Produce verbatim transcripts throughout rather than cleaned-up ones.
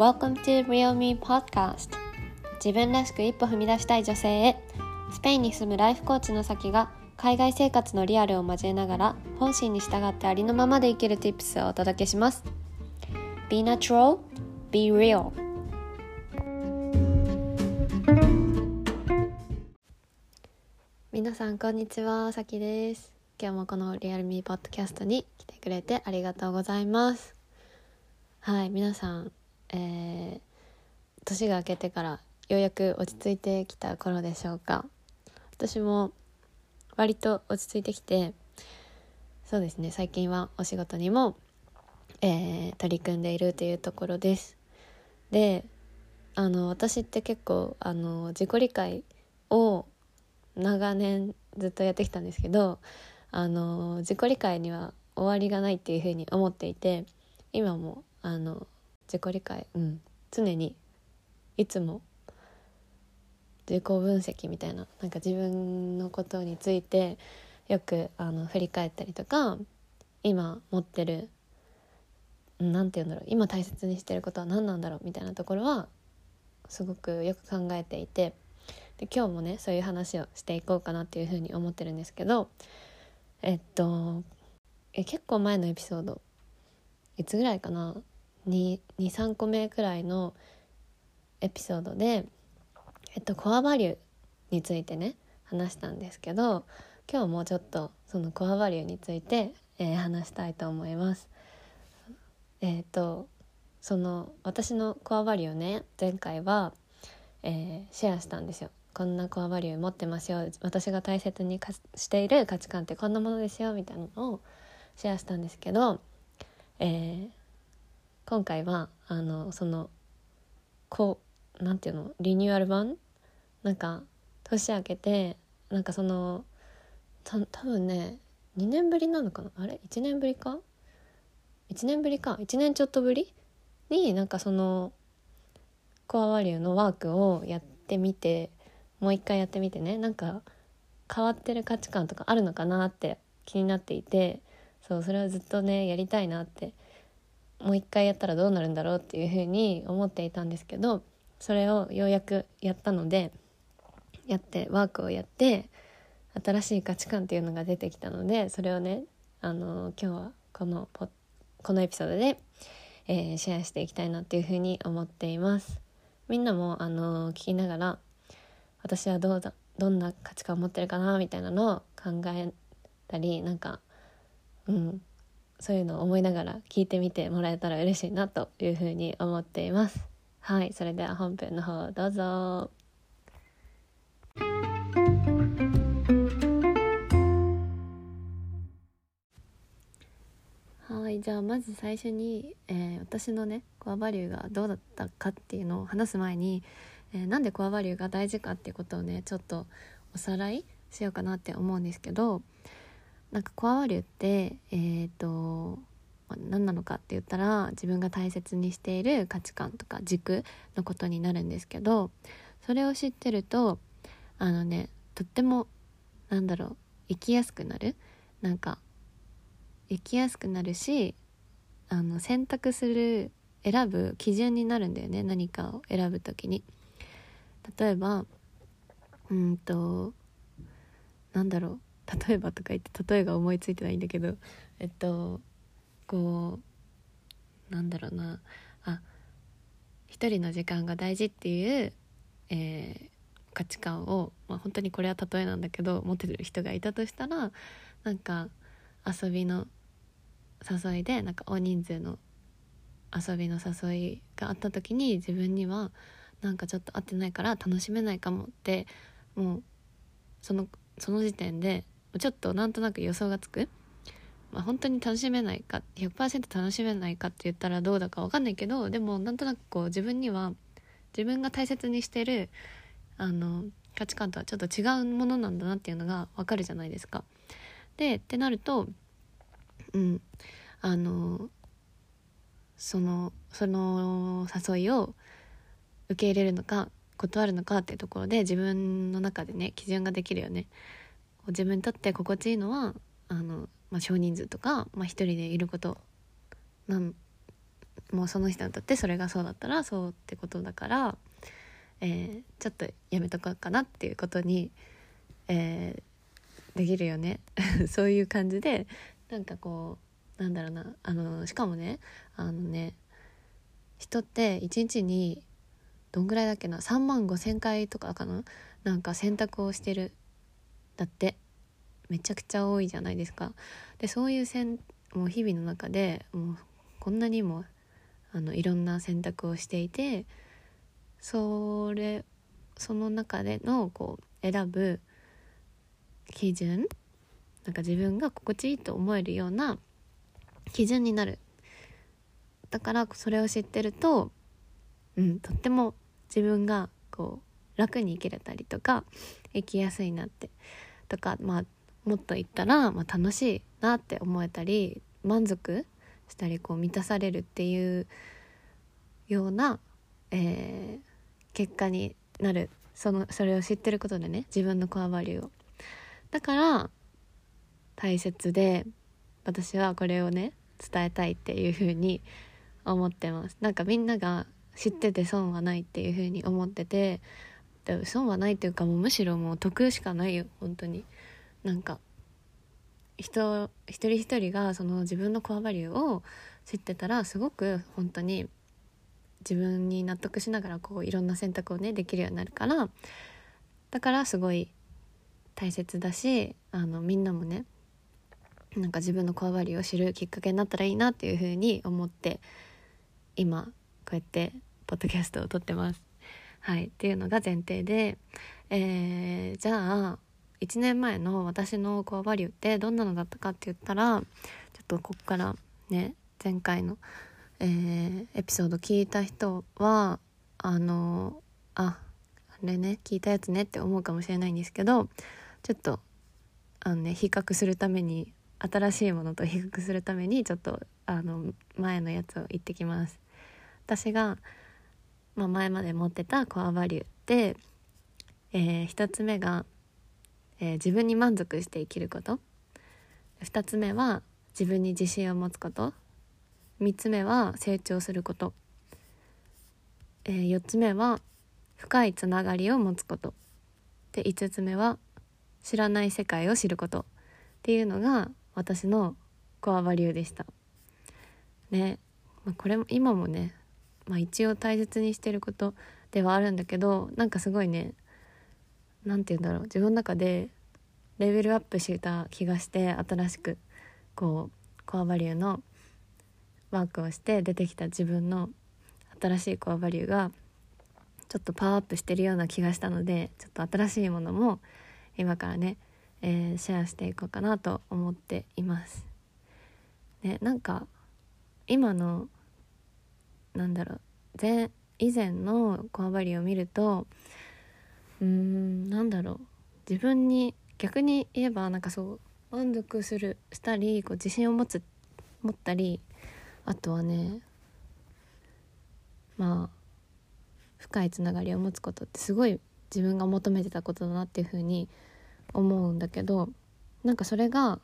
Welcome to Real Me Podcast。 自分らしく一歩踏み出したい女性へ、スペインに住むライフコーチの先が海外生活のリアルを交えながら本心に従ってありのままで生きる Tips をお届けします。 Be natural, be real。 皆さんこんにちは、さきです。今日もこの Real Me Podcast に来てくれてありがとうございます。はい、皆さん、えー、年が明けてからようやく落ち着いてきた頃でしょうか。私も割と落ち着いてきて、そうですね、最近はお仕事にも、えー、取り組んでいるというところです。で、あの私って結構あの自己理解を長年ずっとやってきたんですけど、あの自己理解には終わりがないっていうふうに思っていて、今もあの自己理解、うん、常にいつも自己分析みたいな、なんか自分のことについてよくあの振り返ったりとか、今持ってる、なんていうんだろう、今大切にしてることは何なんだろうみたいなところはすごくよく考えていて、で今日もねそういう話をしていこうかなっていうふうに思ってるんですけど、えっとえ結構前のエピソード、いつぐらいかな、に、さんこめくらいのエピソードで、えっと、コアバリューについてね話したんですけど、今日もちょっとそのコアバリューについて、えー、話したいと思います。えっとその私のコアバリューをね、前回は、えー、シェアしたんですよ。こんなコアバリュー持ってますよ、私が大切にしている価値観ってこんなものですよみたいなのをシェアしたんですけど、えー、今回はあのそのこうなんていうの、リニューアル版、なんか年明けて、なんかそのた多分ねにねんぶりなのかな、あれいちねんぶりかいちねんぶりかいちねんちょっとぶりに、なんかそのコアバリューのワークをやってみて、もう一回やってみてね、なんか変わってる価値観とかあるのかなって気になっていて、そうそれをずっとねやりたいなって、もう一回やったらどうなるんだろうっていうふうに思っていたんですけど、それをようやくやったので、やってワークをやって新しい価値観っていうのが出てきたので、それをねあの今日はこのポこのエピソードで、えー、シェアしていきたいなっていうふうに思っています。みんなもあの聞きながら、私はどうだどんな価値観を持ってるかなみたいなのを考えたり、なんかうんそういうのを思いながら聞いてみてもらえたら嬉しいなというふうに思っています。はい、それでは本編の方どうぞ。はい、じゃあまず最初に、えー、私のねコアバリューがどうだったかっていうのを話す前に、えー、なんでコアバリューが大事かっていうことをねちょっとおさらいしようかなって思うんですけど、なんかコアバリューってえーと何なのかって言ったら、自分が大切にしている価値観とか軸のことになるんですけど、それを知ってるとあのねとってもなんだろう生きやすくなる、なんか生きやすくなるし、あの選択する選ぶ基準になるんだよね、何かを選ぶときに。例えばうんとなんだろう例えばとか言って例えが思いついてないんだけど、えっとこうなんだろうなあ一人の時間が大事っていう、えー、価値観を、まあ、本当にこれは例えなんだけど持ってる人がいたとしたら、なんか遊びの誘いでなんか大人数の遊びの誘いがあった時に、自分にはなんかちょっと合ってないから楽しめないかもって、もうそのその時点でちょっとなんとなく予想がつく。まあ、本当に楽しめないか ひゃくパーセント 楽しめないかって言ったらどうだか分かんないけど、でもなんとなくこう自分には自分が大切にしてるあの価値観とはちょっと違うものなんだなっていうのが分かるじゃないですか。でってなるとうんあのそのその誘いを受け入れるのか断るのかっていうところで、自分の中でね基準ができるよね。自分にとって心地いいのはあの、まあ、少人数とか、まあ、一人でいることなんもうその人にとってそれがそうだったらそうってことだから、えー、ちょっとやめとこうかなっていうことに、えー、できるよねそういう感じで、なんかこうなんだろうな、あのしかもねあのね人っていちにちにどんぐらいだっけな、さんまんごせんかいとかかな、なんか選択をしてるだって。めちゃくちゃ多いじゃないですか。でそういうせんもう日々の中でもうこんなにもあのいろんな選択をしていて、それその中でのこう選ぶ基準、なんか自分が心地いいと思えるような基準になる。だからそれを知ってると、うん、とっても自分がこう楽に生きれたりとか生きやすいなってとか、まあもっと言ったら、まあ、楽しいなって思えたり満足したりこう満たされるっていうような、えー、結果になる。そのそれを知ってることでね、自分のコアバリューを、だから大切で、私はこれをね伝えたいっていう風に思ってます。なんかみんなが知ってて損はないっていう風に思ってて、で損はないっていうかもうむしろもう得しかないよ本当に。なんか人一人一人がその自分のコアバリューを知ってたらすごく本当に自分に納得しながらこういろんな選択をねできるようになるから、だからすごい大切だし、あのみんなもねなんか自分のコアバリューを知るきっかけになったらいいなっていう風に思って今こうやってポッドキャストを撮ってます。はいっていうのが前提で、えー、じゃあいちねんまえの私のコアバリューってどんなのだったかって言ったら、ちょっとこっからね前回の、えー、エピソード聞いた人はあのああれね聞いたやつねって思うかもしれないんですけど、ちょっとあのね比較するために、新しいものと比較するためにちょっとあの前のやつを言ってきます。私が、まあ、前まで持ってたコアバリューって、えー、ひとつめがえー、自分に満足して生きること、ふたつめは自分に自信を持つこと、みっつめは成長すること、えー、よっつめは深いつながりを持つことで、いつつめは知らない世界を知ることっていうのが私のコアバリューでしたね。まあ、これも今もね、まあ、一応大切にしてることではあるんだけど、なんかすごいね、なんて言うんだろう、自分の中でレベルアップした気がして、新しくこうコアバリューのワークをして出てきた自分の新しいコアバリューがちょっとパワーアップしてるような気がしたので、ちょっと新しいものも今からね、えー、シェアしていこうかなと思っていますね。なんか今のなんだろう前以前のコアバリューを見ると、うーんなんだろう自分に逆に言えばなんかそう満足するしたりこう自信を持つ持ったり、あとはねまあ深いつながりを持つことってすごい自分が求めてたことだなっていうふうに思うんだけど、なんかそれが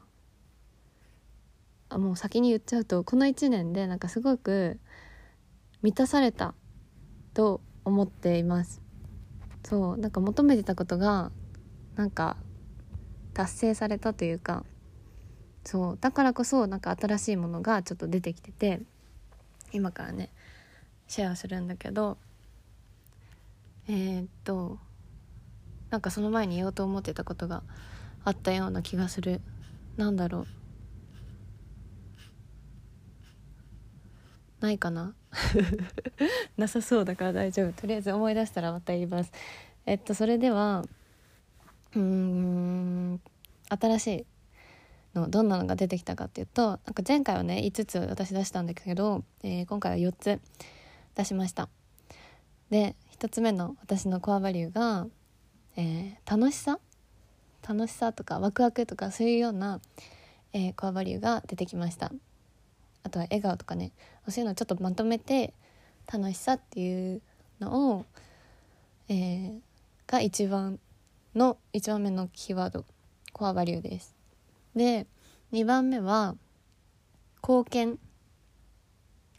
あもう先に言っちゃうと、このいちねんでなんかすごく満たされたと思っています。そうなんか求めてたことがなんか達成されたというか、そうだからこそなんか新しいものがちょっと出てきてて、今からねシェアするんだけど、えー、っとなんかその前に言おうと思ってたことがあったような気がする。なんだろうないかななさそうだから大丈夫。とりあえず思い出したらまた言います。えっとそれではうーん新しいのどんなのが出てきたかっていうと、なんか前回はねいつつ私出したんだけど、えー、今回はよっつ出しました。でひとつめの私のコアバリューが、えー、楽しさ楽しさとかワクワクとかそういうような、えー、コアバリューが出てきました。あとは笑顔とかね、そういうのをちょっとまとめて楽しさっていうのを、えー、が一番の一番目のキーワードコアバリューです。でにばんめは貢献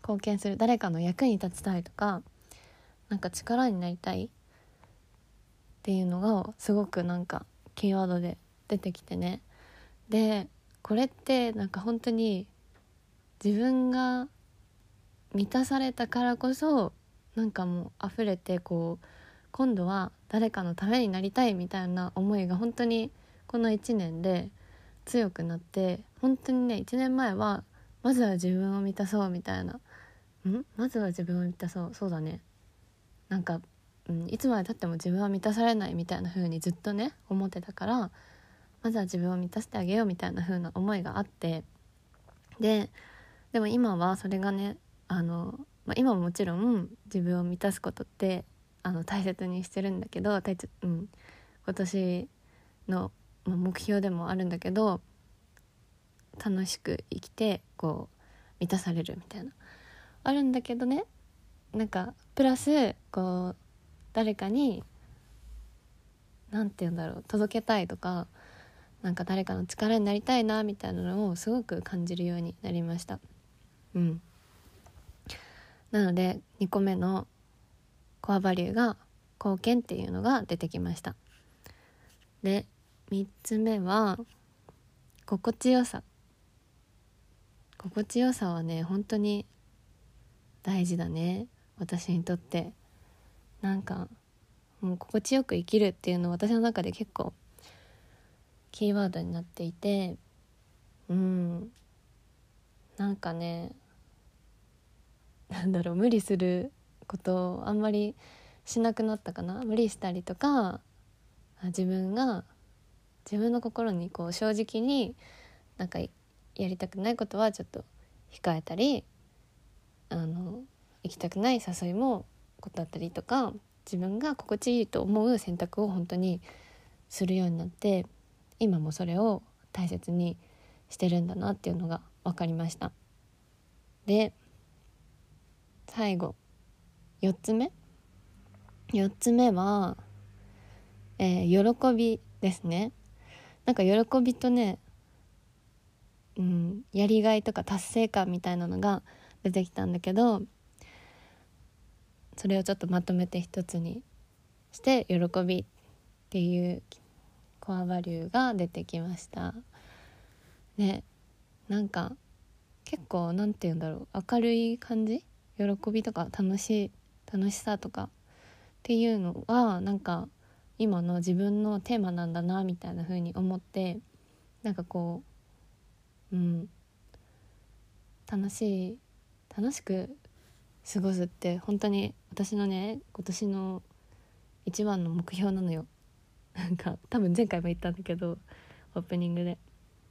貢献する、誰かの役に立ちたいとか、なんか力になりたいっていうのがすごくなんかキーワードで出てきてね。でこれってなんか本当に自分が満たされたからこそなんかもう溢れて、こう今度は誰かのためになりたいみたいな思いが本当にこのいちねんで強くなって、本当にねいちねんまえはまずは自分を満たそうみたいな、んまずは自分を満たそうそうだねなんか、うん、いつまでたっても自分は満たされないみたいな風にずっとね思ってたから、まずは自分を満たしてあげようみたいな風な思いがあって、ででも今はそれがねあの、まあ、今ももちろん自分を満たすことってあの大切にしてるんだけど、大切、うん、今年の、まあ、目標でもあるんだけど、楽しく生きてこう満たされるみたいなあるんだけどね、なんかプラスこう誰かになんて言うんだろう届けたいとか、なんか誰かの力になりたいなみたいなのをすごく感じるようになりました。うんなのでにこめのコアバリューが貢献っていうのが出てきました。でみっつめは心地よさ。心地よさはね本当に大事だね、私にとって。なんかもう心地よく生きるっていうのは私の中で結構キーワードになっていて、うんなんかねなんだろう無理することをあんまりしなくなったかな。無理したりとか、自分が自分の心にこう正直になんかやりたくないことはちょっと控えたり、あの行きたくない誘いも断ったりとか、自分が心地いいと思う選択を本当にするようになって、今もそれを大切にしてるんだなっていうのが分かりました。で最後よっつめよっつめは、えー、喜びですね。なんか喜びとね、うん、やりがいとか達成感みたいなのが出てきたんだけど、それをちょっとまとめて一つにして喜びっていうコアバリューが出てきましたね。なんか結構なんて言うんだろう、明るい感じ、喜びとか楽しい楽しさとかっていうのはなんか今の自分のテーマなんだなみたいな風に思って、なんかこううん楽しい楽しく過ごすって本当に私のね今年の一番の目標なのよ。なんか多分前回も言ったんだけどオープニングで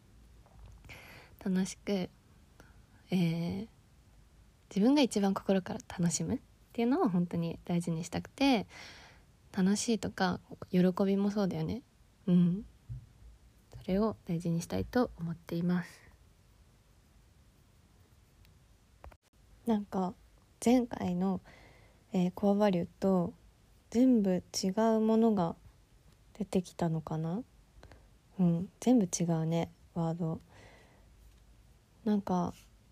楽しく、えー、自分が一番心から楽しむっていうのを本当に大事にしたくて、楽しいとか喜びもそうだよね。うんそれを大事にしたいと思っています。なんか前回の、えー、コアバリューと全部違うものが出てきたのかな。うん全部違うねワード。なんか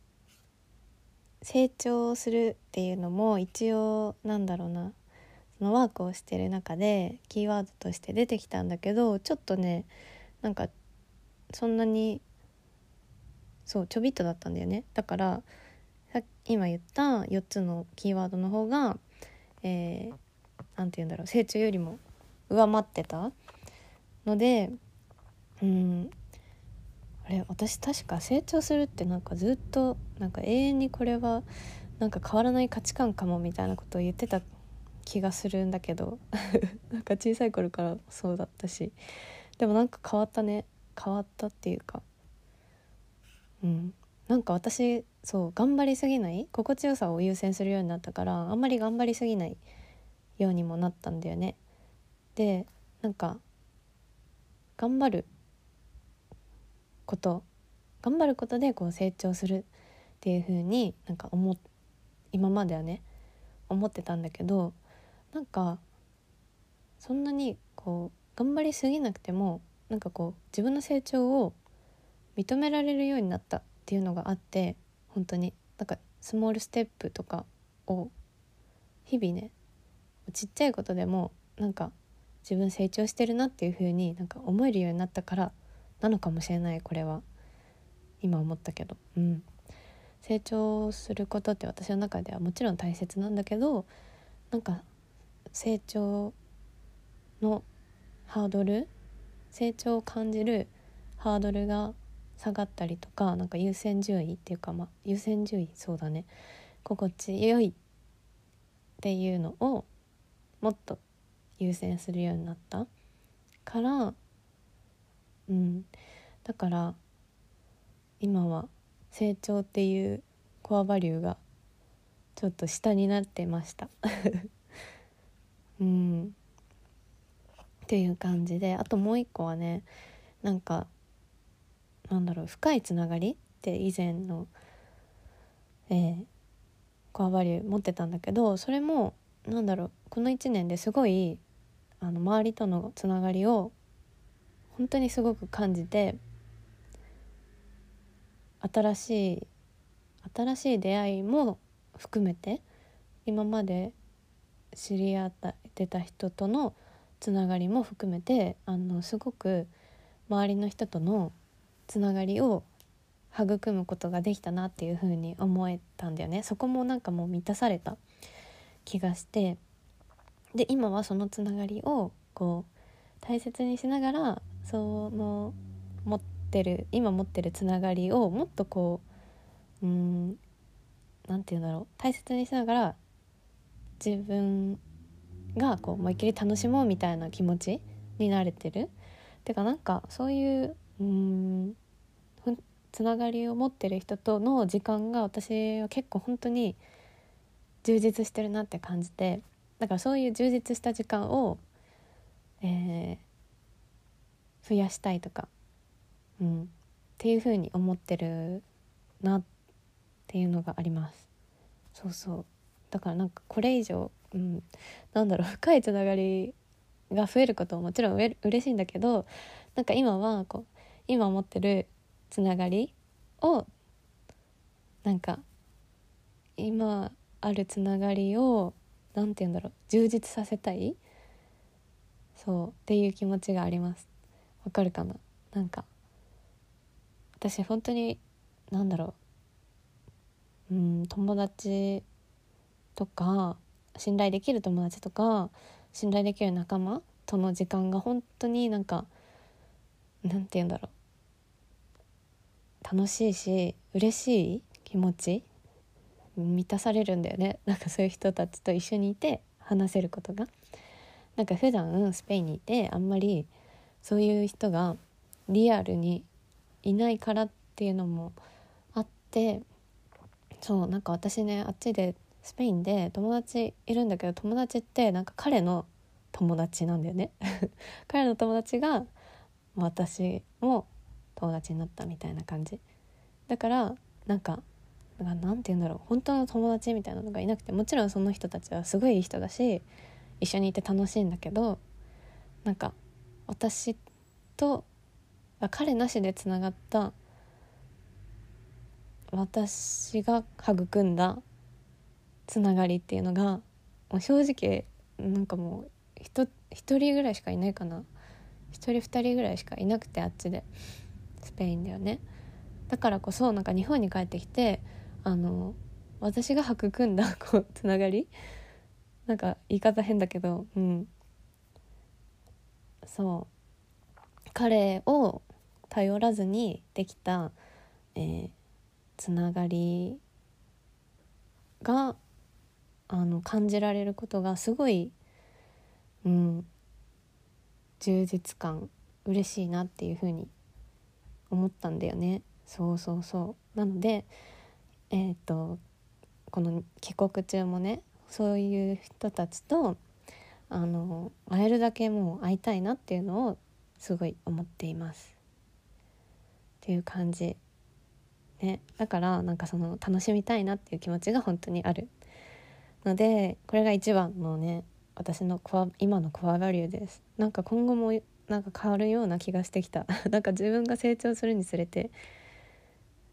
成長するっていうのも一応なんだろうな、そのワークをしてる中でキーワードとして出てきたんだけど、ちょっとねなんかそんなにそうちょびっとだったんだよね。だからさ今言ったよっつのキーワードの方が、えー、なんて言うんだろう成長よりも上回ってたので、うんあれ私確か成長するってなんかずっとなんか永遠にこれはなんか変わらない価値観かもみたいなことを言ってた気がするんだけどなんか小さい頃からそうだったし、でもなんか変わったね。変わったっていうか、うんなんか私そう頑張りすぎない心地よさを優先するようになったから、あんまり頑張りすぎないようにもなったんだよね。でなんか頑張ること頑張ることでこう成長するっていう風になんか思今まではね思ってたんだけど、なんかそんなにこう頑張りすぎなくてもなんかこう自分の成長を認められるようになったっていうのがあって、本当になんかスモールステップとかを日々ね、ちっちゃいことでもなんか自分成長してるなっていう風になんか思えるようになったからなのかもしれない。これは今思ったけど、うん、成長することって私の中ではもちろん大切なんだけど、なんか成長のハードル、成長を感じるハードルが下がったりとか、なんか優先順位っていうか、まあ優先順位、そうだね、心地よいっていうのをもっと優先するようになったから、うん、だから今は成長っていうコアバリューがちょっと下になってましたうんっていう感じで、あともう一個はね、なんかなんだろう、深いつながりって以前の、えー、コアバリュー持ってたんだけど、それもなんだろう、このいちねんですごいあの周りとのつながりを本当にすごく感じて、新しい新しい出会いも含めて今まで知り合ってた人とのつながりも含めて、あのすごく周りの人とのつながりを育むことができたなっていう風に思えたんだよね。そこもなんかもう満たされた気がして、で今はそのつながりをこう大切にしながら、その持ってる今持ってるつながりをもっとこう、うーんなんていうんだろう、大切にしながら自分がこう思いっきり楽しもうみたいな気持ちになれてる。てかなんかそういううーんつながりを持ってる人との時間が私は結構本当に充実してるなって感じて、だからそういう充実した時間を、えー、増やしたいとか、うん、っていう風に思ってるなっていうのがあります。そうそう、だからなんかこれ以上、うん、なんだろう、深いつながりが増えることももちろんうれ嬉しいんだけど、なんか今はこう今持ってるつながりをなんか今あるつながりをなんて言うんだろう、充実させたい、そうっていう気持ちがあります。わかるかな。なんか私本当になんだろう、うん友達とか信頼できる友達とか信頼できる仲間との時間が本当になんかなんて言うんだろう、楽しいし嬉しい気持ち満たされるんだよね。なんかそういう人たちと一緒にいて話せることが、なんか普段スペインにいてあんまりそういう人がリアルにいないからっていうのもあって、そうなんか私ね、あっちでスペインで友達いるんだけど、友達ってなんか彼の友達なんだよね彼の友達が私も友達になったみたいな感じだから、なんかなんかなんて言うんだろう、本当の友達みたいなのがいなくて、もちろんその人たちはすごいいい人だし一緒にいて楽しいんだけど、なんか私と彼なしでつながった私が育んだつながりっていうのがもう正直なんかもう一人ぐらいしかいないかな、一人二人ぐらいしかいなくて、あっちでスペインだよね。だからこそなんか日本に帰ってきて、あの私が育んだこうつながり、なんか言い方変だけど、うんそう彼を頼らずにできた、えー、つながりがあの感じられることがすごい、うん、充実感嬉しいなっていう風に思ったんだよね。そうそうそう、なのでえっとこの帰国中もね、そういう人たちとあの会えるだけもう会いたいなっていうのをすごい思っていますっていう感じね。だからなんかその楽しみたいなっていう気持ちが本当にあるので、これが一番のね私のコア今のコアバリューです。なんか今後もなんか変わるような気がしてきたなんか自分が成長するにつれて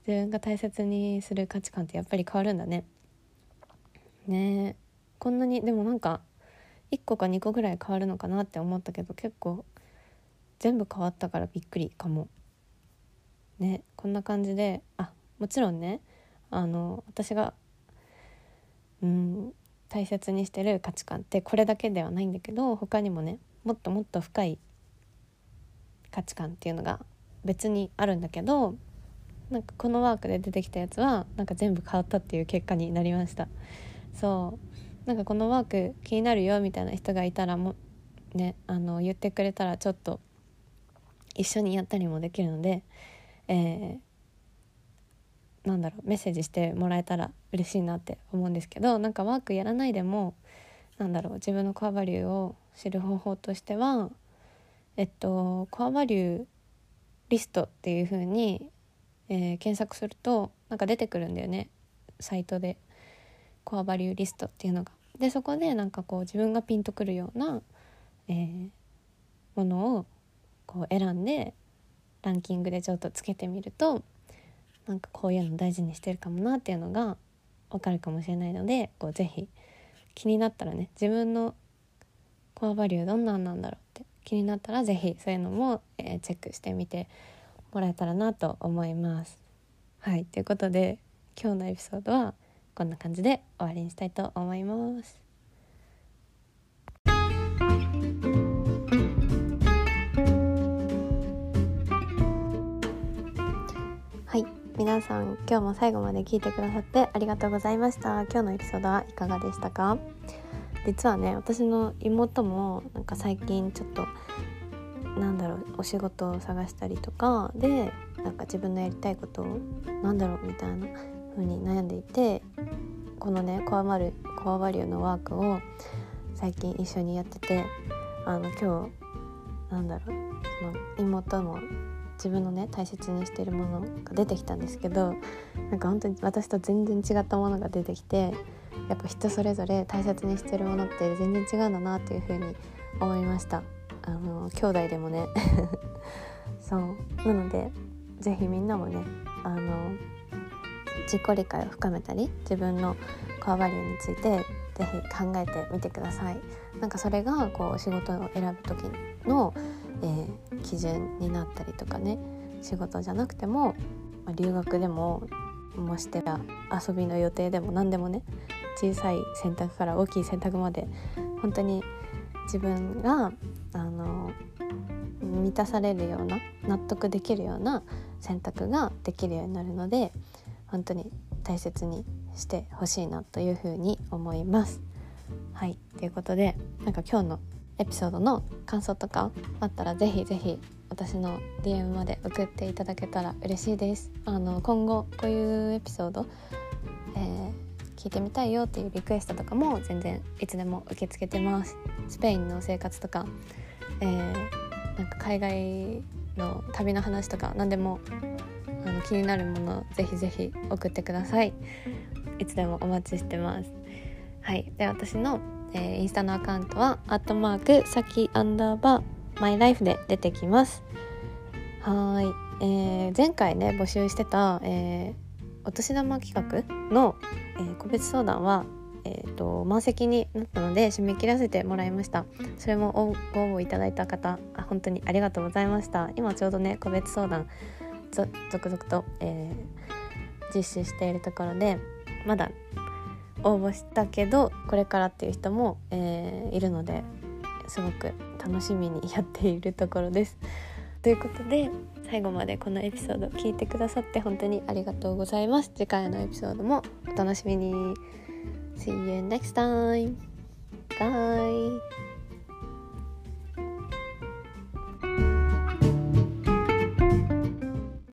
自分が大切にする価値観ってやっぱり変わるんだね。ねえ、こんなにでもなんかいっこかにこぐらい変わるのかなって思ったけど、結構全部変わったからびっくりかもね。こんな感じで、あ、もちろんね、あの私がうん大切にしてる価値観ってこれだけではないんだけど、他にもねもっともっと深い価値観っていうのが別にあるんだけど、なんかこのワークで出てきたやつはなんか全部変わったっていう結果になりました。そうなんかこのワーク気になるよみたいな人がいたらもね、あの言ってくれたらちょっと一緒にやったりもできるので、えー、なんだろうメッセージしてもらえたら嬉しいなって思うんですけど、なんかワークやらないでもなんだろう自分のコアバリューを知る方法としては、えっとコアバリューリストっていう風に、えー、検索するとなんか出てくるんだよね、サイトで。コアバリューリストっていうのがで、そこでなんかこう自分がピンとくるような、えー、ものをこう選んでランキングでちょっとつけてみると、なんかこういうの大事にしてるかもなっていうのが分かるかもしれないので、こうぜひ気になったらね、自分のコアバリューどんなんなんだろうって気になったらぜひそういうのも、えー、チェックしてみてもらえたらなと思います。はい、ということで今日のエピソードはこんな感じで終わりにしたいと思います。はい、皆さん今日も最後まで聞いてくださってありがとうございました。今日のエピソードはいかがでしたか？実はね、私の妹もなんか最近ちょっとなんだろうお仕事を探したりとかで、なんか自分のやりたいことをなんだろうみたいな風に悩んでいて、このねコアバリュー、コアバリューのワークを最近一緒にやってて、あの今日なんだろうその妹も自分のね大切にしているものが出てきたんですけど、なんか本当に私と全然違ったものが出てきて、やっぱ人それぞれ大切にしているものって全然違うんだなっていう風に思いました。あの兄弟でもねそうなのでぜひみんなもねあの自己理解を深めたり自分のコアバリューについてぜひ考えてみてください。なんかそれがこう仕事を選ぶ時の、えー、基準になったりとかね、仕事じゃなくても、まあ、留学でももしてら遊びの予定でも何でもね、小さい選択から大きい選択まで本当に自分があの満たされるような納得できるような選択ができるようになるので、本当に大切にしてほしいなというふうに思います。はい、ということでなんか今日のエピソードの感想とかあったらぜひぜひ私の ディーエム まで送っていただけたら嬉しいです。あの今後こういうエピソード、えー、聞いてみたいよっていうリクエストとかも全然いつでも受け付けてます。スペインの生活とか、えー、なんか海外の旅の話とか何でもあの気になるものぜひぜひ送ってください。いつでもお待ちしてます。はい、で私の、えー、インスタのアカウントはアットマークサキアンダーバーマイライフで出てきます。はい、えー、前回ね募集してた、えー、お年玉企画の、えー、個別相談は、えー、と満席になったので締め切らせてもらいました。それもご応募いただいた方本当にありがとうございました。今ちょうどね個別相談続々と、えー、実施しているところで、まだ応募したけどこれからっていう人も、えー、いるのですごく楽しみにやっているところです。ということで最後までこのエピソード聞いてくださって本当にありがとうございます。次回のエピソードもお楽しみに。See you next time. Bye.